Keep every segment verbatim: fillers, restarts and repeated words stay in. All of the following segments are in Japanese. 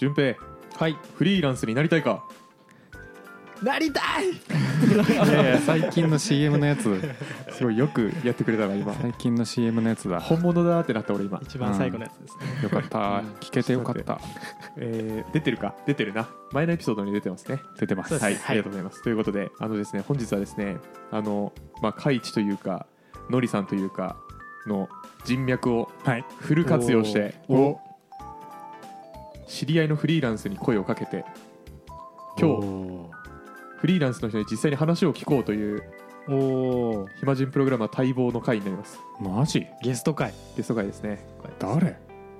順平、 はい、 フリーランスになりたいか？ なりたいいやいや最近の シーエム のやつすごいよくやってくれたな今。 最近の シーエム のやつだ。 本物だってなった俺今。 一番最後のやつですね、 うん、よかった聞けてよかった。 えー、出てるか出てるな。前のエピソードに出てますね。 出てます。 はい、はい、ありがとうございます。ということであのですね本日はですねあのまあカイチというかノリさんというかの人脈をフル活用して、はい、お知り合いのフリーランスに声をかけて今日フリーランスの人に実際に話を聞こうというお暇人プログラマー待望の回になります。 マジ？ ゲスト回ゲスト回ですね。 誰？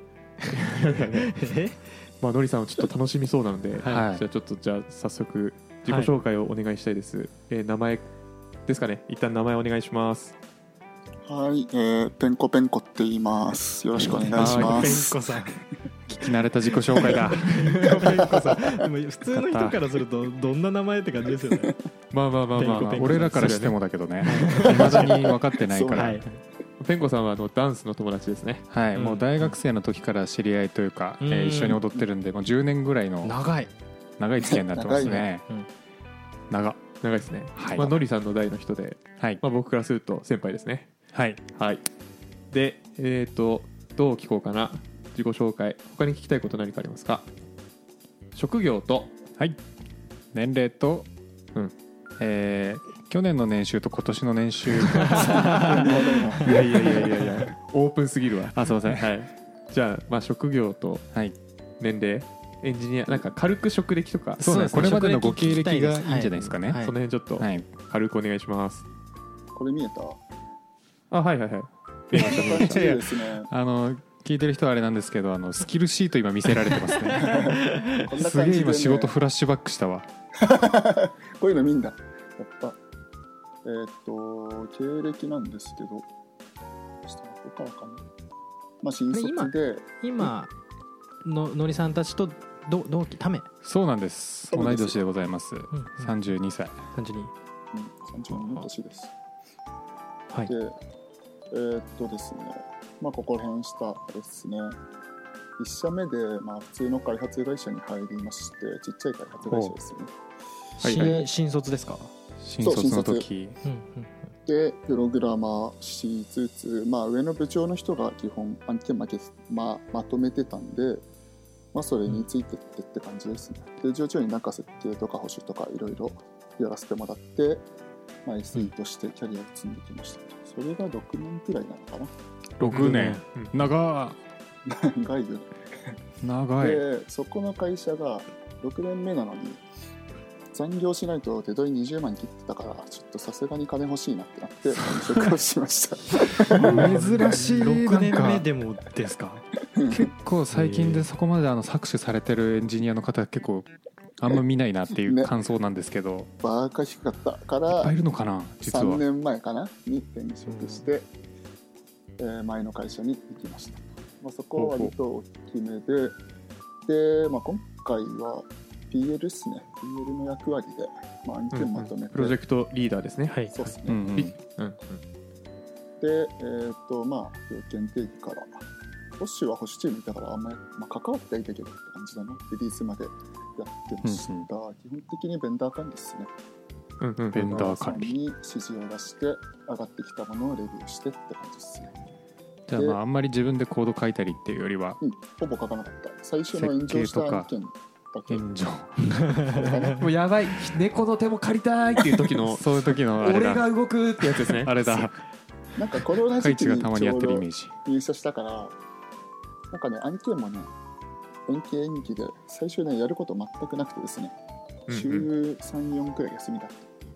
えまあノリさんはちょっと楽しみそうなので、はい、じゃあちょっとじゃあ早速自己紹介をお願いしたいです、はい。えー、名前ですかね。一旦名前お願いします。 はい、えー、ペンコペンコって言います。よろしくお願いします。 ペンコさん聞き慣れた自己紹介だ。 ペンコさんでも普通の人からするとどんな名前って感じですよね。 まあまあまあまあ、まあ、俺らからしてもだけどね未だに分かってないから、はい、 ペンコさんはあのダンスの友達ですね。 はい、うん、もう大学生の時から知り合いというか、うん、えー、一緒に踊ってるんでもうじゅうねんぐらいの長い長い付き合いになってますね。長い、 長いですね、はい。まあ、ノリさんの代の人で、はい、まあ、僕からすると先輩ですね。 はい、 はい、で、えーとどう聞こうかな。自己紹介他に聞きたいこと何かありますか？職業と、 はい、年齢と、うん、えー、去年の年収と今年の年収いやいやいやいやいやオープンすぎるわ。 あ、すいません、 はい、じゃあ、まあ、職業と年齢、はい、エンジニアなんか軽く職歴とかそうです、ね、これまでのご経歴がいいんじゃないですかね、はい、 その辺ちょっと軽くお願いします。 これ見えた？ あ、はいはいはい見えました見えましたいいですね。あの聞いてる人はあれなんですけどあのスキルシート今見せられてますねすげえ今仕事フラッシュバックしたわこういうの見んだやっぱ。えー、っと経歴なんですけど下の方からかな。まあ新卒で今ののりさんたちとど同期ためそうなんです。同い年でございます、うんうん、さんじゅうにさい。 さんじゅうに、 うん、さんじゅうにの年です。 はい。 でえー、っとですねまあここら辺下ですねいっ社目で、まあ、普通の開発会社に入りましてちっちゃい開発会社ですよね。 はいはい、新卒ですか？ 新卒の時でプログラマーしつつ、まあ、上の部長の人が基本案件ま、ま、まとめてたんで、まあ、それについてってって感じですね。で徐々になんか設計とか保守とかいろいろやらせてもらって、まあ、エスイー としてキャリアを積んできました。それがろくねんくらいなのかな。 ろくねん、うん、長い長いよね長い。 でそこの会社がろくねんめなのに残業しないと手取りにじゅうまん切ってたからちょっとさすがに金欲しいなってなって転職をしました珍しい。 ろくねんめでもですか？ 結構最近でそこまであの搾取されてるエンジニアの方結構あんま見ないなっていう感想なんですけど、ね、 バーカ低かったからいっぱいいるのかな。実はさんねんまえかなに転職して、うんえー、前の会社に行きました。まあ、そこは割と大きめでで、まあ、今回は ピーエル ですね。 ピーエル の役割で、まあ、案件まとめて、うんうん、 プロジェクトリーダーですね。 はいそうですね、 うんうんうん、で、 えーとまあ、要件定義から保守は保守チームいたからあんまり、まあ、関わってはいたけどって感じだな。リリースまでやってました、うんうん、基本的にベンダー管理ですね、 うんうん、ベンダー管理に指示を出して上がってきたものをレビューしてって感じですね。 じゃあ、まああんまり自分でコード書いたりっていうよりは、 うん、ほぼ書かなかった。最初の炎上した案件だけ。 炎上もうやばい猫の手も借りたいっていう時のそういう時のあれだ俺が動くってやつですねあれだ。 なんかコロナ時期にちょうど入社したからなんかね案件もね延期延期で最初ねやること全くなくてですね、うんうん、週 さん,よん くらい休みだった。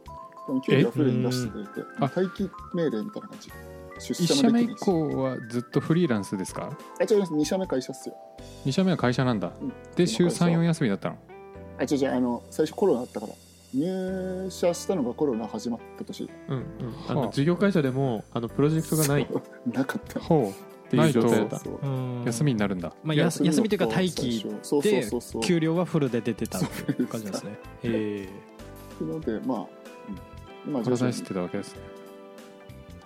でも給料はフルに出していて待機命令みたいな感じ。 出社もできないし。いっ社目以降はずっとフリーランスですか？ あ、違います。に社目会社っすよ。 に社目は会社なんだ、うん、で週 さん,よん 休みだったの？ あ、違う違う、あの最初コロナだったから入社したのがコロナ始まった年、 うんうん、あの事業会社でもあのプロジェクトがないなかったほうっていう状態だった。休みになるんだ、 まあ、休み、休みというか待機で給料はフルで出てたっていう感じですね。へえ。 なのでまあ、 うん、今パラダイスってたわけですね。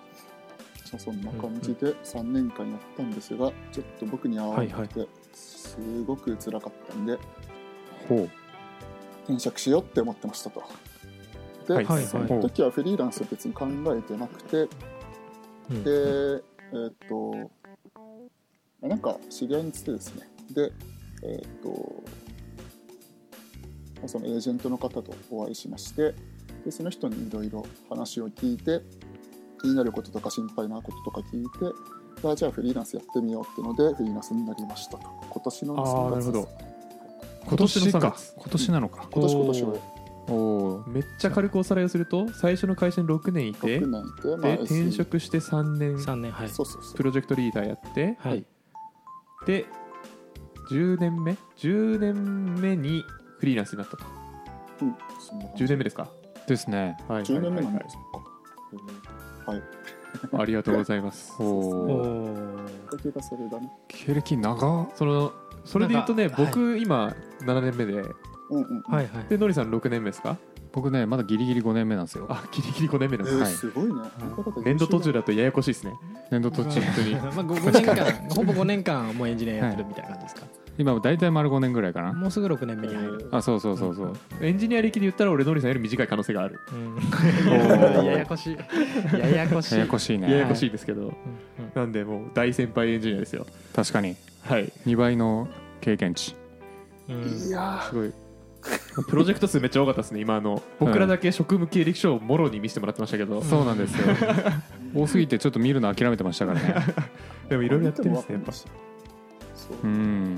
そんな感じでさんねんかんやったんですが、ちょっと僕に合わなくて、 すごく辛かったんで、 ほう転職しようって思ってましたと。で、 はいはいはい、 その時はフリーランスを別に考えてなくて、うん、で、えー、っとなんか知り合いにつってですね、で、えー、っとそのエージェントの方とお会いしまして、でその人にいろいろ話を聞いて、気になることとか心配なこととか聞いて、あじゃあフリーランスやってみようってのでフリーランスになりましたと。今年のさんがつです。 今年のさんがつ、 今年なのか。 今年今年はおめっちゃ軽くおさらいをすると、最初の会社にろくねんいて、ろくねんいて、まあ、で転職してさんねん、 さんねん、はい、 そうそうそう、プロジェクトリーダーやって、 はい、 でじゅうねんめじゅうねんめにフリーランスになったと、 うん、そんなじゅうねんめですかですね、 はい、 じゅうねんめなんですか、はい、 ありがとうございます。おお経歴それだね。 経歴長。 そのそれで言うとね、僕、はい、今ななねんめで、うんうんはいはい、 でのりさんろくねんめですか。 僕ねまだギリギリごねんめなんですよ。 あギリギリごねんめなんです、 えー、 はい、 すごいね、 うん、年度途中だとややこしいですね。 年度途中本当にまあ ご, ごねんかんほぼごねんかんもうエンジニアやってるみたいな感じですか。はい、 今大体丸ごねんぐらいかな。 もうすぐろくねんめに入る。 あそうそうそうそう、 うん、エンジニア歴で言ったら俺のりさんより短い可能性がある、うん、 ややこしいややこしいややこしいね。 ややこしいですけど、はい、なんでもう大先輩エンジニアですよ。 確かに、 はい、 にばいの経験値、 うん、いやすごいプロジェクト数めっちゃ多かったですね。今あの僕らだけ職務経歴書をもろに見せてもらってましたけど、 うん、そうなんですよ多すぎてちょっと見るの諦めてましたからねでもいろいろやってるんですねやっぱ。 うん、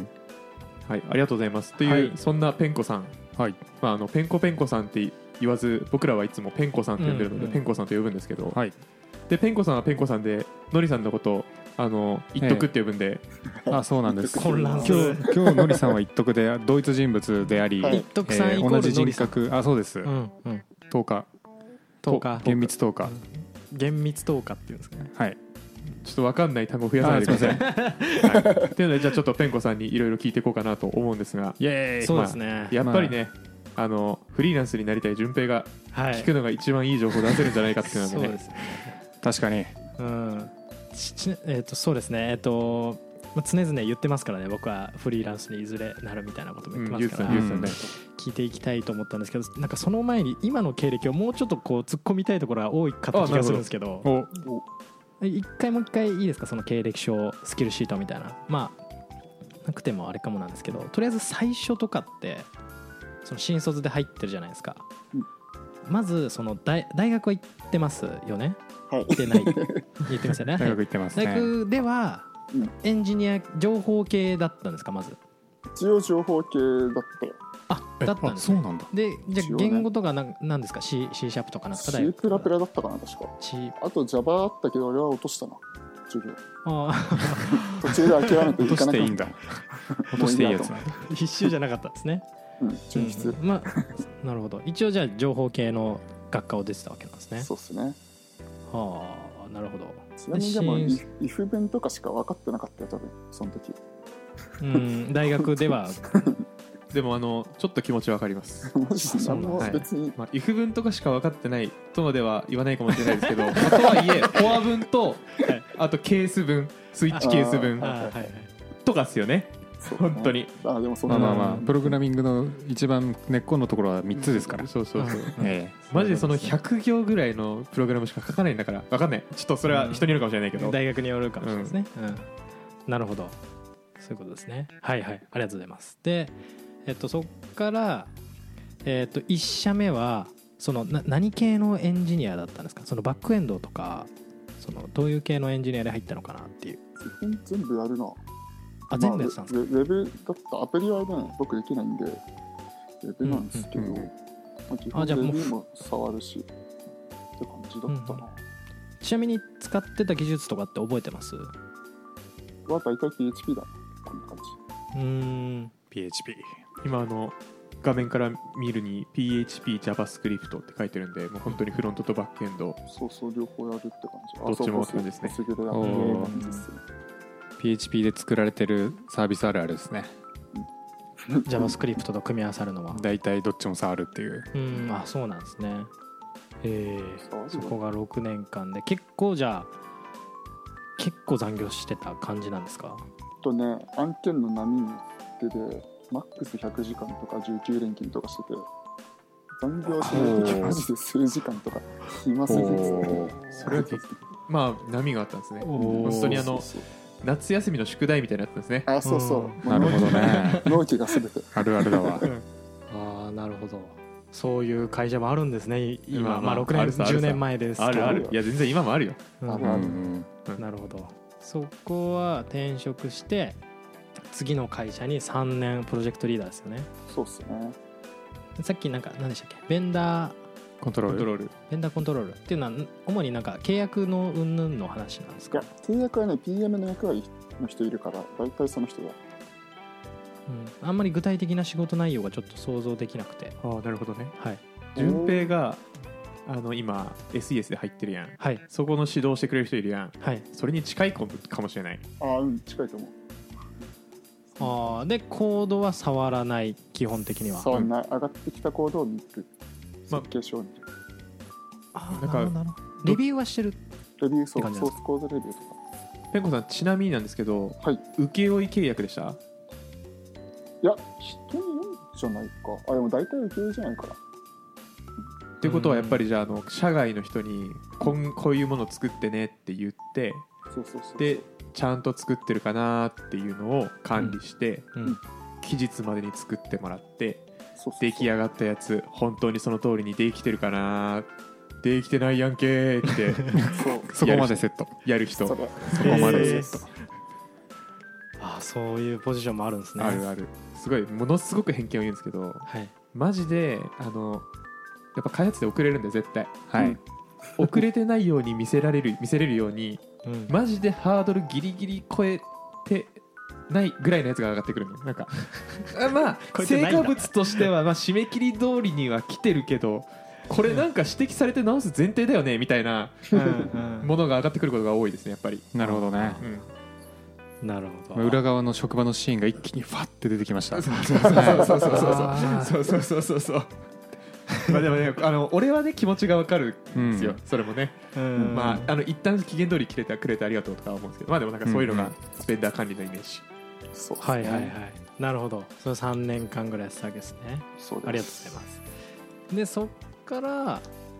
はい、ありがとうございますという、はい、そんなペンコさん、はい、まあ、あのペンコペンコさんって言わず僕らはいつもペンコさんって呼んでるので、うんうん、ペンコさんと呼ぶんですけど、はい、でペンコさんはペンコさんでのりさんのことをあの一徳って呼ぶんで、 えー、あそうなんです混乱する。 今日今日のりさんは一徳で同一人物であり、 はい、一徳さんイコール同じ人格。あそうです、うんうん、とおかとおか厳密とおか、 うん、厳密とおかっていうんですかね。 はいちょっと分かんない単語増やさないでください。はい、というのでじゃあちょっとペンコさんにいろいろ聞いていこうかなと思うんですが、 イエーイ、そうですね、まあ、やっぱりね、まあ、あのフリーランスになりたい順平が聞くのが一番いい情報を出せるんじゃないかっていうのでね、 そうですね、 確かに、 うんちえー、とそうですね、えーとまあ、常々言ってますからね、僕はフリーランスにいずれなるみたいなことも言ってますから、うん、聞いていきたいと思ったんですけど、なんかその前に今の経歴をもうちょっとこう突っ込みたいところが多かった気がするんですけど、お一回もう一回いいですか、その経歴書スキルシートみたいな、まあなくてもあれかもなんですけど、とりあえず最初とかってその新卒で入ってるじゃないですか、うん、まずその 大, 大学は行ってますよね、はい、行ってない言ってますよね大学行ってますね。 大学ではエンジニア情報系だったんですか。まず一応情報系だったよ。 あ、だったんです、 ね、そうなんだ。 で、じゃあ言語とか何、なんですか、C、C シャープとかなんですか。 C プラプラだったかな確か。 C、あと Java あったけど俺は落としたな授業。あ途中で諦めて落としていいんだ落としていいやつ必修じゃなかったんですね。 うん純質、うん、 まあなるほど。一応じゃあ情報系の学科を出てたわけなんですね。 そうですね。 はあ、なるほど。 ちなみにでも if 文とかしか分かってなかったよ多分その時。 うん大学ではでもあのちょっと気持ちわかります。 マジでも別に、はい、 まあ、if 文とかしか分かってないとまでは言わないかもしれないですけど、まあ、とはいえフォア文とあとケース文スイッチケース文とかですよね。本当に。 あでもそんなまあまあまあプログラミングの一番根っこのところはみっつですから、うん、 そうそうそう、ええ、マジでそのひゃく行ぐらいのプログラムしか書かないんだから分かんない。ちょっとそれは人によるかもしれないけど、 うん、大学によるかもしれないですね、うんうん、なるほど、そういうことですね。はいはい、ありがとうございます。で、えっと、そっから、えっと、いち社目はそのな何系のエンジニアだったんですか。そのバックエンドとかそのどういう系のエンジニアで入ったのかなっていう。 全部やるなあ、全部やってたんですか。 まあ、ウェブだったアプリはね僕できないんでウェブなんですけど、うんうんうん、まあ、基本ウェブも触るしって感じだったな、うんうん、 ちなみに使ってた技術とかって覚えてます？ は大体 ピーエイチピー だね。こんな感じ。 うーんピーエイチピー今あの画面から見るに ピーエイチピー JavaScript って書いてるんで、もう本当にフロントとバックエンドそうそう両方やるって感じ。 どっちもって感じですね。 ピーエイチピー で作られてるサービスあるあるですね。 JavaScript と組み合わさるのはだいたいどっちも触るっていう。 うん、あ、そうなんですね。えー、そこがろくねんかんで結構じゃあ結構残業してた感じなんですか？ とね、案件の波にけでマックスひゃくじかんとかじゅうきゅう連勤とかしてて、残業しないときマジで数時間とか暇すぎて、 それはまあ波があったんですね。本当にあの夏休みの宿題みたいなやつですね。 あ、そうそう、 なるほどね。 納期がすべてあるあるだわ。 ああ、なるほど。そういう会社もあるんですね今。まあ、まあろくねんじゅうねんまえですけど。 あるある。いや全然今もあるよ。 うん、 あるある、 うん、なるほど。そこは転職して次の会社にさんねんプロジェクトリーダーですよね。 そうっすね。 さっきなんか何でしたっけ、ベンダーコントロール、 ールベンダーコントロールっていうのは主になんか契約の云々の話なんですか？ いや、契約はね ピーエム の役割の人いるから大体その人だ。 うん、あんまり具体的な仕事内容がちょっと想像できなくて。 ああ、なるほどね。 はい。 順平があの今 エスイーエス で入ってるやん。 はい。 そこの指導してくれる人いるやん。 はい。 それに近いかもしれない。 ああ、うん、近いと思う。 ああ、でコードは触らない基本的には。 触らない、上がってきたコードを見る。 まあ、 設計書を見る。 ああ、 なんかなるほどなるほど。レビューはしてる。 レビュー、そう、 って感じなんですソースコードレビューとか。 ペンコさん、ちなみになんですけど、 はい。 請負契約でした？ いや、人によるんじゃないか。あ、でも大体請負じゃないから。 ってことはやっぱりじゃあ、あの社外の人にこんこういうものを作ってねって言って、 そうそうそう。 でちゃんと作ってるかなっていうのを管理して、 うん。 期日までに作ってもらって、 そうそうそう、 出来上がったやつ本当にその通りにできてるかな、できてないやんけーってそうそこまでセット。 やる人。 それそこまでセット。 ああ、そういうポジションもあるんですね。 あるある。すごいものすごく偏見を言うんですけど、 はい。 マジであのやっぱ開発で遅れるんで絶対、 はい、 遅れてないように見せられる見せれるように、 うん、 マジでハードルギリギリ超えてないぐらいのやつが上がってくるの。なんかまあ成果物としてはまあ締め切り通りには来てるけど、これなんか指摘されて直す前提だよねみたいなものが上がってくることが多いですね、やっぱり。 なるほどね、 うん、なるほど。 裏側の職場のシーンが一気にファッて出てきました。 そうそうそうそうそうそうそうそうそうまあでもね、あの俺はね気持ちがわかるんですよ、うん、それもね、うん、まああの一旦期限通り切れてくれてありがとうとか思うんですけど、まあでもなんかそういうのがベンダー管理のイメージ、 うんうん、そう、 はいはいはい、なるほど。それさんねんかんぐらいやってたわけですね。 そうです。 ありがとうございます。でそっから、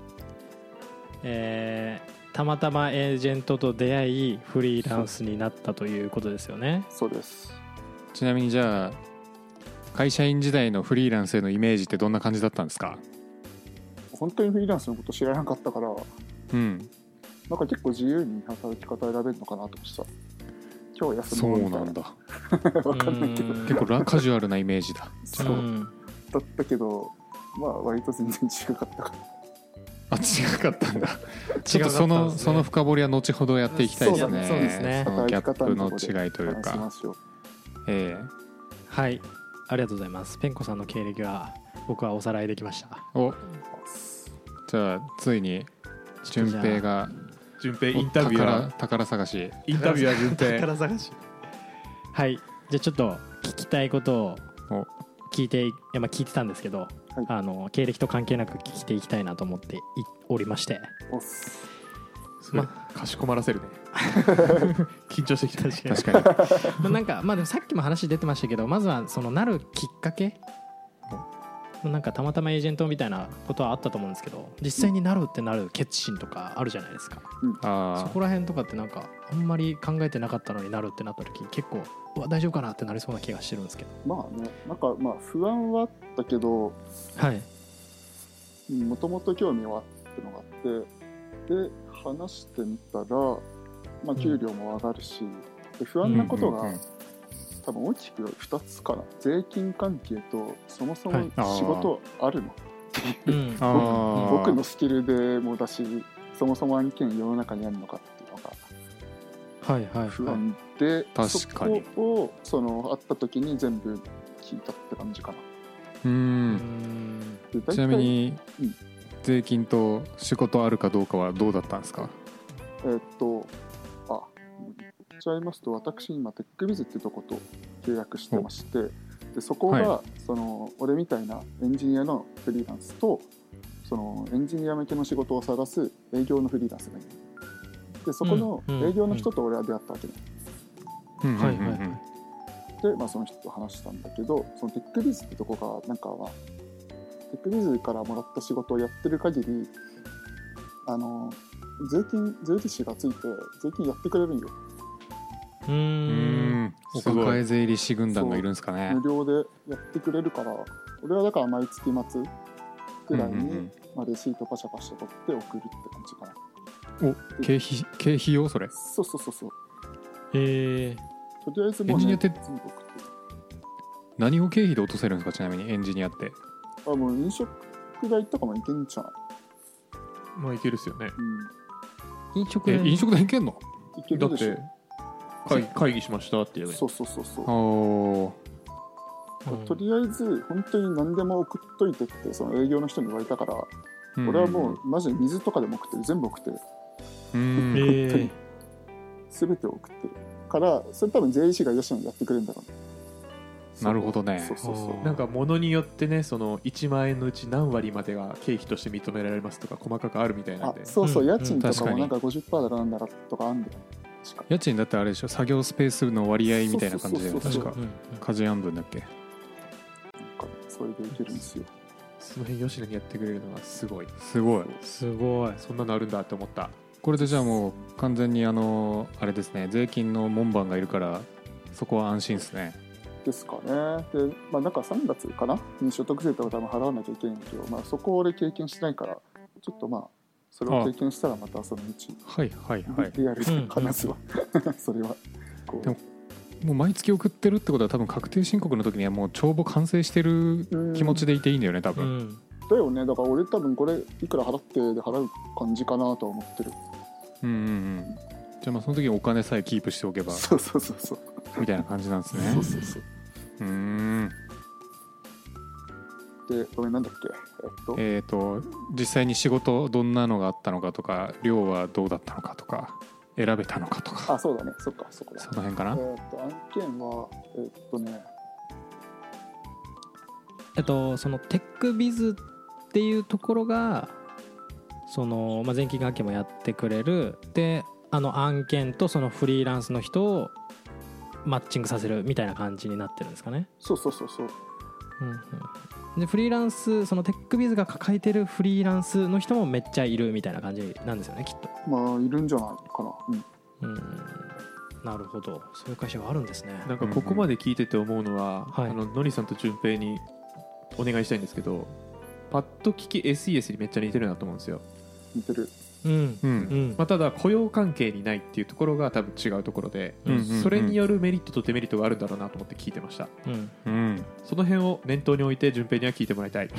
えー、たまたまエージェントと出会いフリーランスになったということですよね。 そうです。 ちなみにじゃあ会社員時代のフリーランスへのイメージってどんな感じだったんですか？ 本当にフリーランスのこと知らなかったから、 うん、 なんか結構自由に働き方選べるのかなと思ってさ、今日休もうみたいな。そうなんだわかんないけど結構カジュアルなイメージだ。 そう、うん、だったけどまあ割と全然違かったから。 あ、違かったんだちょっとその、その深掘りは後ほどやっていきたいですね。 そうですね。 そのギャップの違いというか、 えー、はい、ありがとうございます。ペンコさんの経歴は僕はおさらいできました。 お、じゃあついに順平が順平インタビュー宝、宝探しインタビューは順平宝探しはい、じゃあちょっと聞きたいことを聞いて、いや、まあ、聞いてたんですけど、はい、あの経歴と関係なく聞いていきたいなと思っておりまして、 おっす、 まあ、かしこまらせるね緊張してきた。 確かにまあなんか、まあ、でもさっきも話出てましたけど、まずはそのなるきっかけ、なんかたまたまエージェントみたいなことはあったと思うんですけど、実際になるってなる決心とかあるじゃないですか、うん、あそこら辺とかってなんかあんまり考えてなかったのになるってなった時結構うわ大丈夫かなってなりそうな気がしてるんですけど。 まあね、なんかまあ不安はあったけど、はいもともと興味はあったのがあって、で話してみたら、まあ、給料も上がるし、うん、で不安なことが、うんうんうん、多分大きくふたつかな。税金関係とそもそも仕事あるの、はい、僕, 僕のスキルでもだし、そもそも案件世の中にあるのかっていうのが不安で、はいはいはい、そこをその会った時に全部聞いたって感じかな。 うーんちなみに、うん、税金と仕事あるかどうかはどうだったんですか？ えー、っとあ言っちゃいますと、私今テックビズってとこと契約してまして、でそこが、はい、その俺みたいなエンジニアのフリーランスと、そのエンジニア向けの仕事を探す営業のフリーランスがいる。でそこの営業の人と俺は出会ったわけね、 うんうん、はいはいはい。 で、まあ、その人と話したんだけど、そのテックビズってとこがなんか、まあ、テックビズからもらった仕事をやってる限りあの税金税理士がついて税金やってくれるんよ。 うーんお抱え税理士軍団がいるんですかね。 無料でやってくれるから、俺はだから毎月末ぐらいに、うんうんうん、まあ、レシートパシャパシャ取って送るって感じかな。 お経費経費用それ。 そうそうそうそう。 へえ。 とりあえずもう、ね、 エンジニアって全部送ってる。 何を経費で落とせるんですか、ちなみにエンジニアって。 あ、もう飲食代とかもいけんじゃない。 まあいけるっすよね、 うん、飲食代飲食代いけんの。 いけるでしょ。 だって会議会議しましたって言えばいい。 そうそうそうそう。 おとりあえず本当に何でも送っといてってその営業の人に言われたから、うん、俺はもうマジで水とかでも送ってる、全部送ってる。 うん、えー、 全てを送ってるからそれ多分税理士がよしにやってくれるんだろうね。 なるほどね。 そうそうそう。 なんか物によってね、そのいちまん円のうち何割までが経費として認められますとか細かくあるみたいなんで。 あ、そうそう、家賃とかもなんか ごじゅっパーセント だかなんだらとかあるんだよ。 家賃だってあれでしょ、作業スペースの割合みたいな感じで確か家事案分だっけ。なんかそれでいけるんですよ。 その辺吉野にやってくれるのがすごいすごいすごい。 そんなのあるんだって思った。 これでじゃあもう完全にあのあれですね、税金の門番がいるからそこは安心ですね。 ですかね。で、まあ、なんかさんがつかなに所得税とか多分払わなきゃいけないんだけど、まあ、そこを俺経験してないからちょっとまあそれを経験したらまたそのうちはいはいはいリアルで話すわ、うん、それはこう。 でももう毎月送ってるってことは多分確定申告の時にはもう帳簿完成してる気持ちでいていいんだよね多分、うん、 だよね。だから俺多分これいくら払ってで払う感じかなとは思ってる。 うんうんうん。じゃあまあその時にお金さえキープしておけばそうそうそうそうみたいな感じなんですね。 そうそうそう。 うーん。 で、ごめんなんだっけ。えっと、 えーと実際に仕事どんなのがあったのかとか、量はどうだったのかとか、選べたのかとか。 あ、そうだね。そっかそこだ。 その辺かな。 えー、っと案件はえー、っとね。 えっとそのテックビズっていうところがその、まあ、前期学期もやってくれるで、あの案件とそのフリーランスの人をマッチングさせるみたいな感じになってるんですかね。 そうそうそうそう、 うんうん、でフリーランス、そのテックビズが抱えてるフリーランスの人もめっちゃいるみたいな感じなんですよね、きっと。 まあいるんじゃないかな。うん、 うん、なるほど、そういう会社があるんですね。 なんかここまで聞いてて思うのは、 うんうん、 あののりさんと順平にお願いしたいんですけど、パッと聞き エスイーエス にめっちゃ似てるなと思うんですよ。 似てる。 うんうん、 まあ、ただ雇用関係にないっていうところが多分違うところで、うんうんうん、それによるメリットとデメリットがあるんだろうなと思って聞いてました、うんうん、その辺を念頭に置いて順平には聞いてもらいたい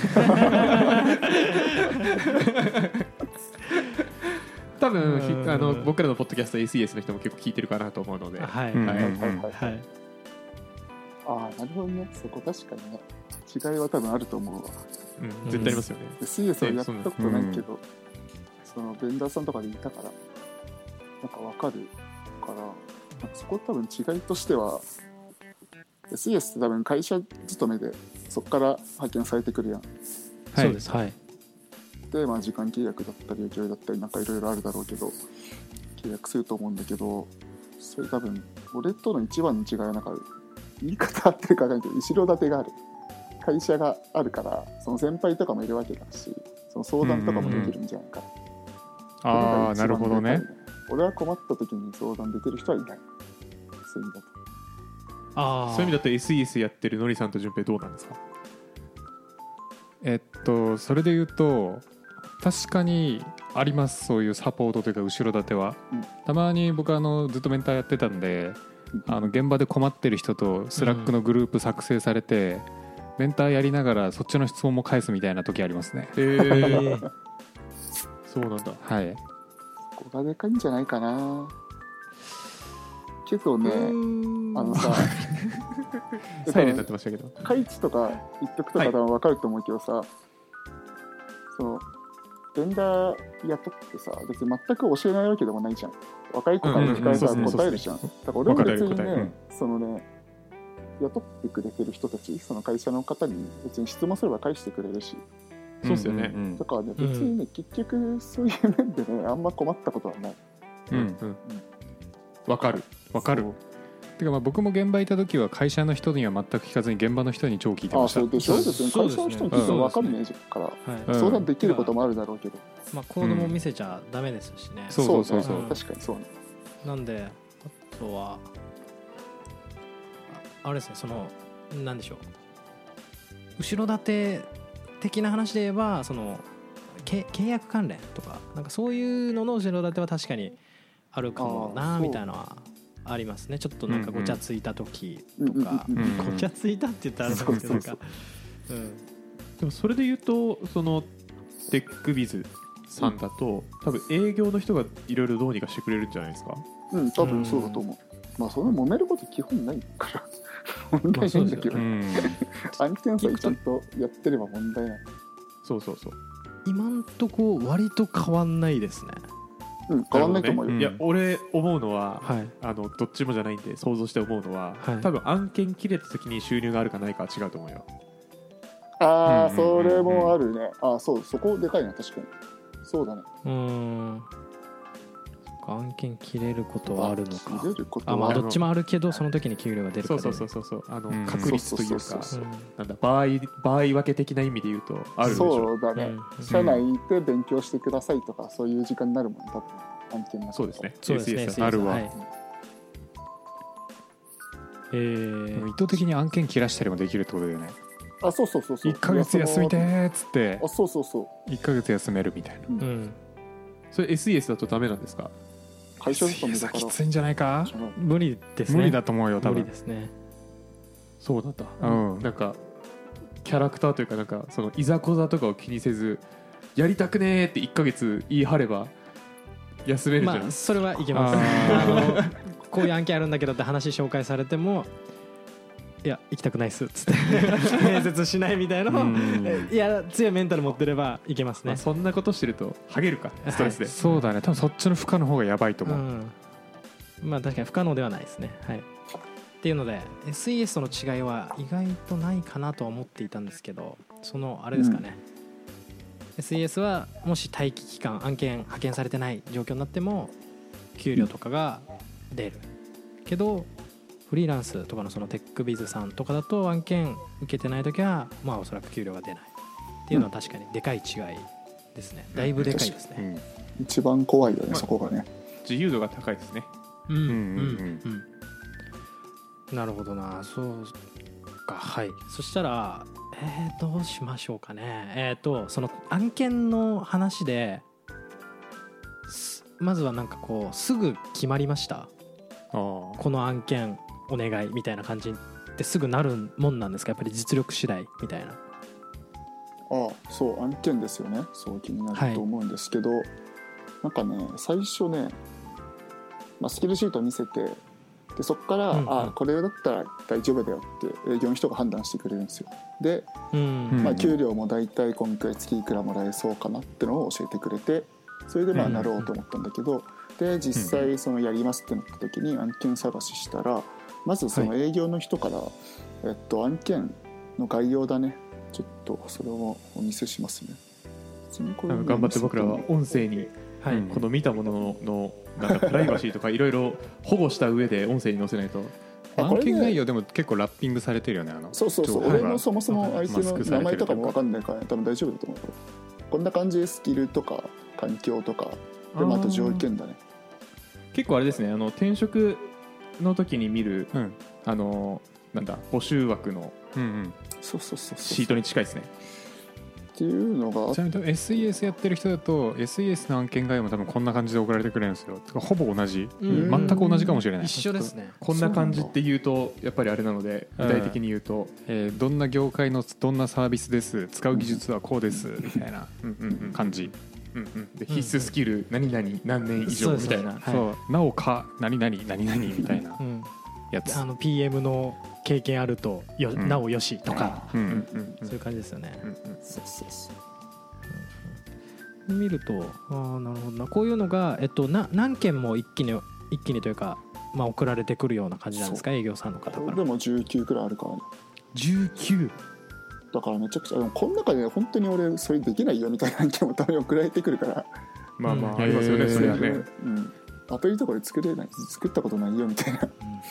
多分あの僕らのポッドキャスト エスイーエス の人も結構聞いてるかなと思うので、はいはいはいはい、はい、 ああなるほどね。そこ確かにね違いは多分あると思うわ、 うん、絶対ありますよね。 エスイーエス はやったことないけど、そのベンダーさんとかでいたからなんか分かるから、なんかそこ多分違いとしては エスイーエス って多分会社勤めでそこから派遣されてくるやん、 はい、そうです。はい。 で、まあ、時間契約だったり請負だったりなんかいろいろあるだろうけど契約すると思うんだけど、それ多分俺との一番の違いはなんか言い方合ってるか分かんないけど後ろ盾がある会社があるから、その先輩とかもいるわけだし、その相談とかもできるんじゃないか、 うんうんうん、ああなるほどね。 俺は困った時に相談できる人はいない。そういう意味だと。 あそういう意味だと エスイーエス やってるのりさんと順平どうなんですか。 えっとそれで言うと確かにあります、そういうサポートというか後ろ盾は、うん、たまに僕はあのずっとメンターやってたんで、うん、あの現場で困ってる人とスラックのグループ作成されて、うん、メンターやりながらそっちの質問も返すみたいな時ありますね。へーそうなんだ。 はい。 ここがでかいんじゃないかな。けどね、あのさサイレンになってましたけど、 開智とか言っとくとか多分分かると思うけどさ、はい、そのベンダー雇ってさ別に全く教えないわけでもないじゃん。若い子から聞かれたら答えるじゃん。だから俺も別にね、うん、そのね雇ってくれてる人たち、その会社の方に別に質問すれば返してくれるし、 そうですよね。 だからね別にね、うん、結局そういう面でねあんま困ったことはない。 うんうん、わかるわかる。 てかまあ僕も現場いた時は会社の人には全く聞かずに現場の人に超聞いてました。 あそうでしょですね、会社の人に聞いたら分かんないから、はい、相談できることもあるだろうけど、 まあ、コードも見せちゃダメですしね、 うん、そうそうそうそう、 うん、確かにそうね。 なんであとはあれですね、そのなんでしょう、後ろ盾的な話で言えばその契約関連とかなんかそういうのの後ろ盾は確かにあるかもなみたいなのはありますね。ちょっとなんかごちゃついた時とか、うんうん、ごちゃついたって言ったらあれなんですけど、なんか、うん、 でもそれで言うとそのテックビズさんだと、うん、多分営業の人がいろいろどうにかしてくれるんじゃないですか。 うん多分そうだと思う、うん、まあそれ揉めること基本ないから問題ないんだけど、まあ、案件さえちゃんとやってれば問題ない。 そうそうそう、 今んとこ割と変わんないですね。 うん、変わんないと思うよ、 ね、いや俺思うのは、はい、あのどっちもじゃないんで想像して思うのは、はい、多分案件切れた時に収入があるかないかは違うと思うよ。 ああ、それもあるね。ああそう、そこでかいな、確かにそうだね。 うーん、案件切れることはあるのか。 切れることはあ、まあ、どっちもあるけどその時に給料が出るかそうそうそうそう、あの、うん、確率というかなんだ場合場合分け的な意味で言うとあるでしょ。 そうだね、うん、社内で勉強してくださいとかそういう時間になるもんね、多分案件の。 そうですね、 そうですね、 エスイーエス あるわ、はい、 えー、意図的に案件切らしたりもできるってことだよね。 あ、そうそうそうそう、 いっかげつ休みてーっつって、 あ、そうそうそう、 いっかげつ休めるみたいな、うんうん、 それ エスイーエス だとダメなんですか。 会社勤めだからきついんじゃないか。 無理ですね。 無理だと思うよ多分。 無理ですね。 そうなんだ、うん、なんかキャラクターというかなんかそのいざこざとかを気にせずやりたくねーっていっかげつ言い張れば休めるじゃない。 まあそれはいけます。あのこういう案件あるんだけどって話紹介されてもいや行きたくないっすっつって面接しないみたいなのをいや強いメンタル持ってればいけますね、まあ、 そんなことしてるとハゲるかストレスで、はい、 そうだね、多分そっちの負荷の方がやばいと思う、うん、 まあ確かに不可能ではないですね、はい、っていうので エスイーエス との違いは意外とないかなとは思っていたんですけど、そのあれですかね、うん、エスイーエス はもし待機期間案件派遣されてない状況になっても給料とかが出るけど、フリーランスとかのそのテックビズさんとかだと案件受けてないときはまあおそらく給料が出ないっていうのは確かにでかい違いですね。だいぶでかいですね、 うん、一番怖いよね、まあ、そこがね自由度が高いですね。 うんうんうん、うん、なるほどな。そうか、はい。そしたらえー、どうしましょうかね。えーとその案件の話でまずはなんかこうすぐ決まりました。この案件お願いみたいな感じってすぐなるもんなんですか。やっぱり実力次第みたいな。 ああ、そう案件ですよね。そう気になると思うんですけど、はい、なんかね最初ね、まあ、スキルシート見せてでそこから、うんうん、あこれだったら大丈夫だよって営業の人が判断してくれるんですよ。で、うんまあ、給料も大体今回月いくらもらえそうかなってのを教えてくれて、それでまあなろうと思ったんだけど、で実際そのやりますってなった時に案件探ししたらまずその営業の人から、はい、えっと、案件の概要だね、ちょっとそれをお見せしますね。 頑張って僕らは音声に、はい、この見たもののなんかプライバシーとかいろいろ保護した上で音声に載せないと。 案件概要でも結構ラッピングされてるよね。あのそうそうそう、俺もそもそも相手の名前とかも分かんないから多分大丈夫だと思う。こんな感じでスキルとか環境とかでもあと条件だね。 結構あれですね、あの転職の時に見る、うん、あのなんだ募集枠のシートに近いですね。 っていうのがちなみに エスイーエス やってる人だと エスイーエス の案件概要も多分こんな感じで送られてくれるんですよ。ほぼ同じ、全く同じかもしれない。 一緒ですね。 こんな感じって言うとやっぱりあれなので具体的に言うと、 えー、どんな業界のどんなサービスです、使う技術はこうですみたいな感じ。うんうん、で必須スキル何々何年以上みたいな、 そうそう、はい、なおか何々何々みたいなやつ、 うん、あの ピーエム の経験あるとよ、うん、なおよしとか、うんうんうん、そういう感じですよね、うんうん、そうそうそう、見るとあなるほどな、こういうのが、えっと、な何件も一気に一気にというか、まあ、送られてくるような感じなんですか、営業さんの方から。 でもじゅうきゅうくらいあるからね。 じゅうきゅうだからめちゃくちゃ、でもこの中で本当に俺それできないよみたいな案件もたまに送られてくるから、 まあまあありますよね、それはね、 うん、アプリとかで作れない、作ったことないよみたいな、うん、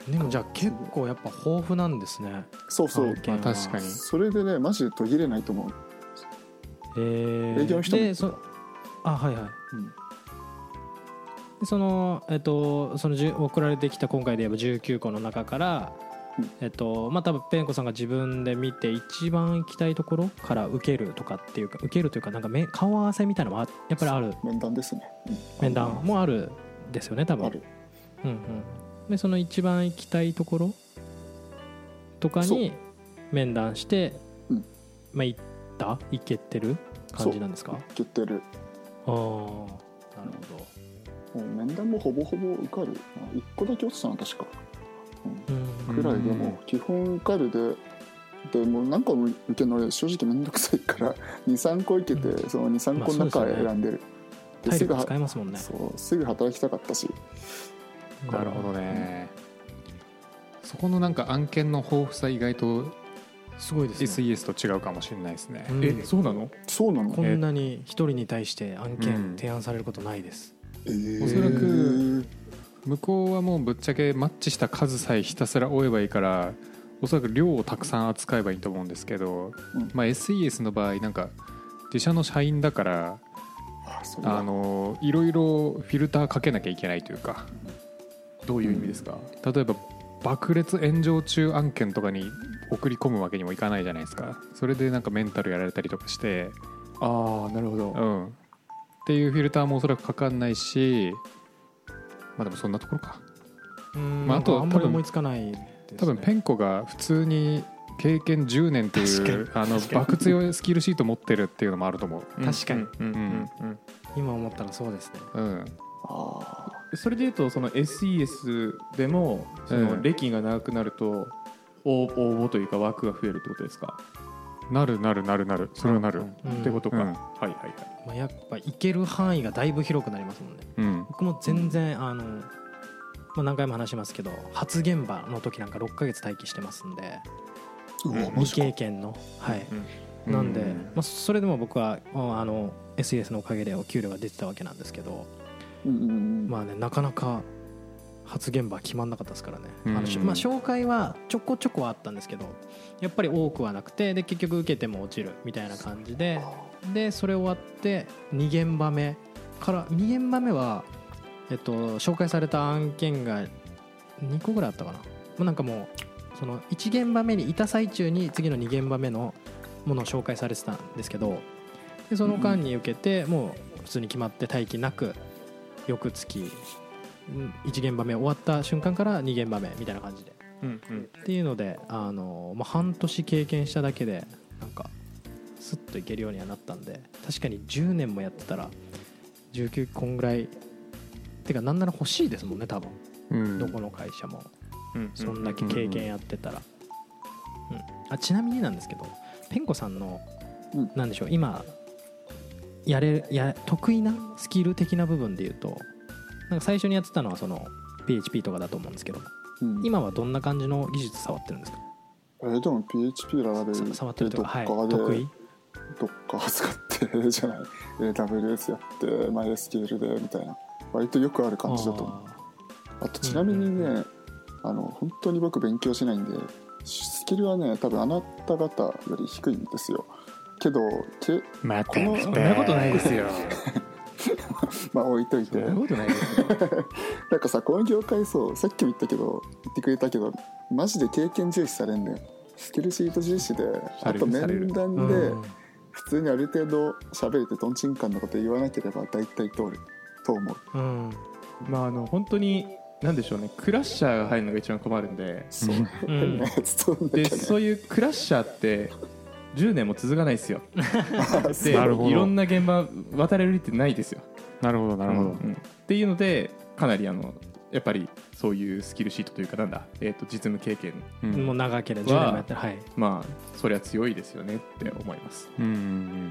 でもじゃあ結構やっぱ豊富なんですね。 そうそう、 まあ、確かにそれでねマジで途切れないと思う。 えー、 営業の人もでそあはいはい、うん、でそのえっとその送られてきた今回で言えばじゅうきゅうこの中から、うん、えっとまあ多分ペンコさんが自分で見て一番行きたいところから受けるとかっていうか受けるというかなんか目顔合わせみたいなのもやっぱりある。 面談ですね、 うん、面談もあるですよね多分。 ある。 うんうん。でその一番行きたいところとかに面談して、うん、まあ行った行けてる感じなんですか？ 行けてる。 ああ、なるほど。もう面談もほぼほぼ受かる。いっこだけ落ちたの確か、うん、くらいでも基本受かるで、でもう何個も受けるの正直めんどくさいからにさんこ受けて、うん、そのにさんこの中選んでる、 まあ、体力使えますもんね。 そうすぐ働きたかったし。 なるほどね、うん、そこのなんか案件の豊富さ意外とすごいですね。 エスイーエス と違うかもしれないですね、 うん、えそうなの？ そうなの？ こんなに一人に対して案件提案されることないです、 うん、おそらく向こうはもうぶっちゃけマッチした数さえひたすら追えばいいからおそらく量をたくさん扱えばいいと思うんですけど、うんまあ、エスイーエス の場合なんか自社の社員だからああのいろいろフィルターかけなきゃいけないというか。 どういう意味ですか？ うん、例えば爆裂炎上中案件とかに送り込むわけにもいかないじゃないですか。それでなんかメンタルやられたりとかして、 ああなるほど、 うん、っていうフィルターもおそらくかかんないし、まあでもそんなところか。 うん、まあ、あとあんまり思いつかないですね。 多分ペンコが普通に経験じゅうねんっていうあの爆強いスキルシート持ってるっていうのもあると思う。 確かに、 うんうんうんうん、今思ったらそうですね。 うん、 あそれでいうとその エスイーエス でもその歴が長くなると応募というか枠が増えるってことですか？ なるなるなるなるそれはなる、 うん、ってことか、うん、はいはいはい、 まあ、やっぱ行ける範囲がだいぶ広くなりますもんね、うん、僕も全然あの、まあ、何回も話しますけど初現場の時なんかろっかげつ待機してますんで、うん、未経験のはい、うん、なんで、まあ、それでも僕はあの エスイーエス のおかげでお給料が出てたわけなんですけど、うんうんうん、まあねなかなか初現場決まんなかったですからね、うんうん、あのまあ、紹介はちょこちょこはあったんですけどやっぱり多くはなくてで結局受けても落ちるみたいな感じででそれ終わってに現場目からに現場目は、えっと、紹介された案件がにこぐらいあったかな。もうなんかもうそのいち現場目にいた最中に次のに現場目のものを紹介されてたんですけどでその間に受けてもう普通に決まって待機なく翌月いち現場目終わった瞬間からに現場目みたいな感じで、うんうん、っていうのであの、まあ、半年経験しただけでなんかスッといけるようにはなったんで確かにじゅうねんもやってたらじゅうきゅうこんぐらいてかなんなら欲しいですもんね多分、うん、どこの会社も、うん、そんだけ経験やってたら、うんうん、あちなみになんですけどペンコさんの、うん、なんでしょう今やれや得意なスキル的な部分でいうとなんか最初にやってたのはその ピーエイチピー とかだと思うんですけど、うん、今はどんな感じの技術触ってるんですか？ えー、でも ピーエイチピー ララベル触ってるとか、はい、 得意どっか使ってじゃない エーダブリューエス やって MySQL でみたいな割とよくある感じだと思う。 あ, あとちなみにね、うんうん、あの本当に僕勉強しないんでスキルはね多分あなた方より低いんですよけどけまたそんなことないですよまあ置いといてそんなことないですよなんかさこの業界そうさっきも言ったけど言ってくれたけどマジで経験重視されんのよ。スキルシート重視であと面談で普通にある程度喋れてトンチンカンのこと言わなければ大体通ると思う、うん、 まああの本当になんでしょうねクラッシャーが入るのが一番困るんでそう、変なやつとんだけどね、 でそういうクラッシャーってじゅうねんも続かないですよでいろんな現場渡れるってないですよ。 なるほどなるほど、うんうん、っていうのでかなりあのやっぱりそういうスキルシートというかなんだ、えー、と実務経験うん、もう長ければじゅうねんもやったら、はい、 まあそれは強いですよねって思います。うんうん、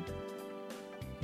うん、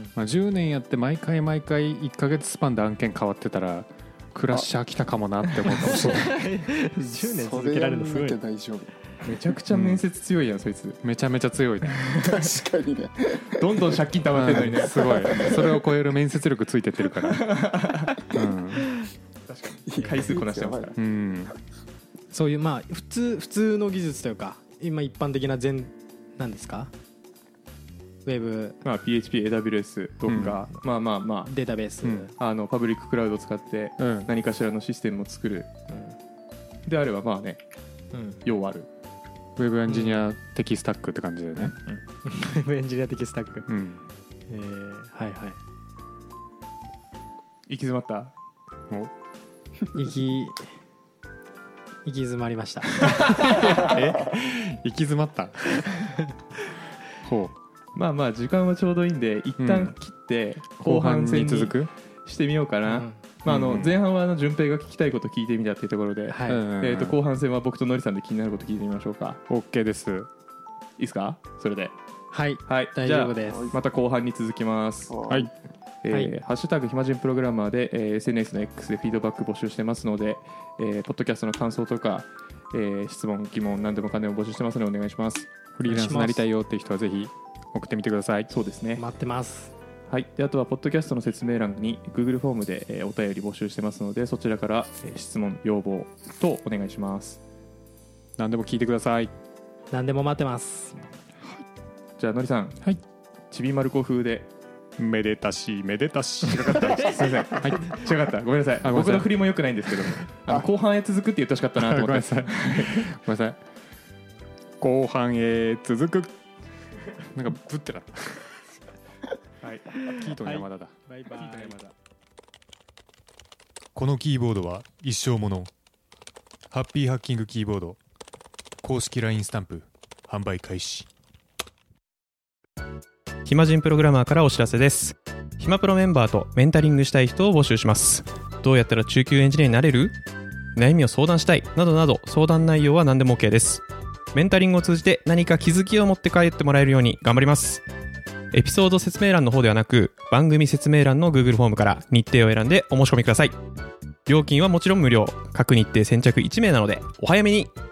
まあ、じゅうねんやって毎回毎回いっかげつスパンで案件変わってたらクラッシャー来たかもなって思ったもんじゅうねん続けられるのすごい。 それやんなきゃ大丈夫。 めちゃくちゃ面接強いやん、うん、そいつめちゃめちゃ強いね確かにねどんどん借金溜まってるのにね、 すごいそれを超える面接力ついてってるから、うん、 確かに回数こなしてますから、 うん、 そういうまあ普通普通の技術というか今一般的な全なんですかウェブ、 まあ、ピーエイチピー、エーダブリューエス とか、うん、まあまあまあデータベース、うん、 あのパブリッククラウドを使って何かしらのシステムを作る、うん、であればまあね、うん、用あるウェブエンジニア的スタックって感じだよね、 うん、ウェブエンジニア的スタック、 うん、 えー、はいはい行き詰まった？ お行き行き詰まりましたえ行き詰まったほうまあまあ時間はちょうどいいんで一旦切って後半戦に続くしてみようかな、うん、まあ、あの前半はあの順平が聞きたいこと聞いてみたっていうところで、はい、えー、と後半戦は僕とのりさんで気になること聞いてみましょうか。 OK です。 いいですか？それではい、 はい、 大丈夫です。 また後半に続きます。 はい、 えーはい、ハッシュタグ暇人プログラマーで、えー、エスエヌエス の X でフィードバック募集してますので、えー、ポッドキャストの感想とか、えー、質問疑問何でもかんでも募集してますのでお願いします。 フリーランスになりたいよっていう人はぜひ送ってみてください。 そうですね、 待ってます。 はい、であとはポッドキャストの説明欄に Google フォームで、えー、お便り募集してますのでそちらから、えー、質問要望とお願いします。 何でも聞いてください。 何でも待ってます。 じゃあのりさん、 はい、 ちびまる子風でめでたしめでたし違かったすいません、はい、違かったごめんなさい。僕の振りも良くないんですけどあの後半へ続くって言ってほしかったなと思ってごめんなさいごめんなさい後半へ続くなんかぶってなはい、キートの山田だ、 はい、バイバイ。 このキーボードは一生もの。ハッピーハッキングキーボード公式 ライン スタンプ販売開始。 暇人プログラマーからお知らせです。暇プロメンバーとメンタリングしたい人を募集します。どうやったら中級エンジニアになれる？悩みを相談したいなどなど相談内容は何でも OK です。メンタリングを通じて何か気づきを持って帰ってもらえるように頑張ります。エピソード説明欄の方ではなく番組説明欄の Google フォームから日程を選んでお申し込みください。料金はもちろん無料。各日程先着いち名なのでお早めに。